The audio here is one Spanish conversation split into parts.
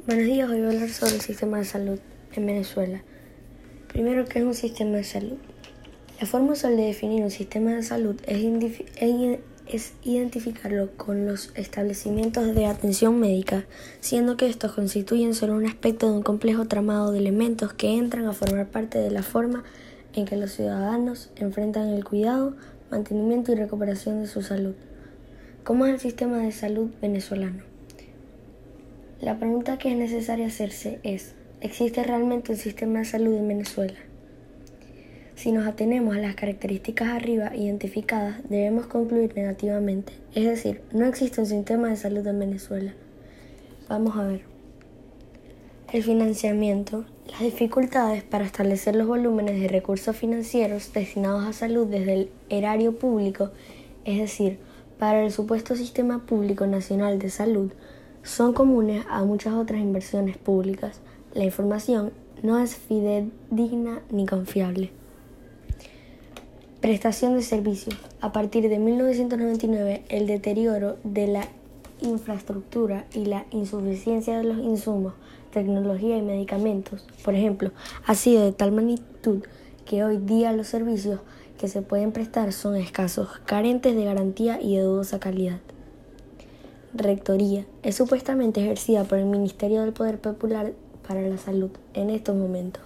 Buenos días, hoy voy a hablar sobre el sistema de salud en Venezuela. Primero, ¿qué es un sistema de salud? La forma usual de definir un sistema de salud es identificarlo con los establecimientos de atención médica, siendo que estos constituyen solo un aspecto de un complejo tramado de elementos que entran a formar parte de la forma en que los ciudadanos enfrentan el cuidado, mantenimiento y recuperación de su salud. ¿Cómo es el sistema de salud venezolano? La pregunta que es necesaria hacerse es: ¿existe realmente un sistema de salud en Venezuela? Si nos atenemos a las características arriba identificadas, debemos concluir negativamente, es decir, no existe un sistema de salud en Venezuela. Vamos a ver. El financiamiento. Las dificultades para establecer los volúmenes de recursos financieros destinados a salud desde el erario público, es decir, para el supuesto Sistema Público Nacional de Salud, son comunes a muchas otras inversiones públicas. La información no es fidedigna ni confiable. Prestación de servicios. A partir de 1999, el deterioro de la infraestructura y la insuficiencia de los insumos, tecnología y medicamentos, por ejemplo, ha sido de tal magnitud que hoy día los servicios que se pueden prestar son escasos, carentes de garantía y de dudosa calidad. Rectoría. Es supuestamente ejercida por el Ministerio del Poder Popular para la Salud en estos momentos.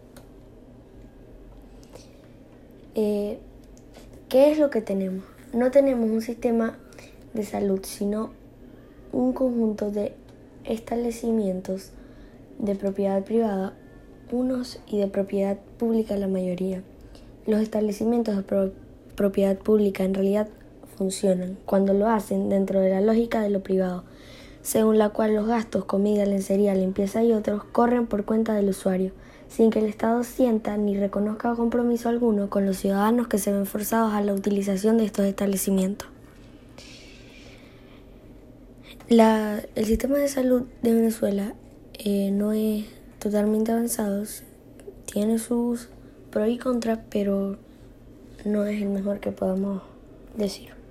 ¿Qué es lo que tenemos? No tenemos un sistema de salud, sino un conjunto de establecimientos de propiedad privada, unos y de propiedad pública la mayoría. Los establecimientos de propiedad pública en realidad funcionan cuando lo hacen dentro de la lógica de lo privado, según la cual los gastos, comida, lencería, limpieza y otros corren por cuenta del usuario, sin que el Estado sienta ni reconozca compromiso alguno con los ciudadanos que se ven forzados a la utilización de estos establecimientos. El sistema de salud de Venezuela no es totalmente avanzado, tiene sus pros y contras, pero no es el mejor que podamos decir.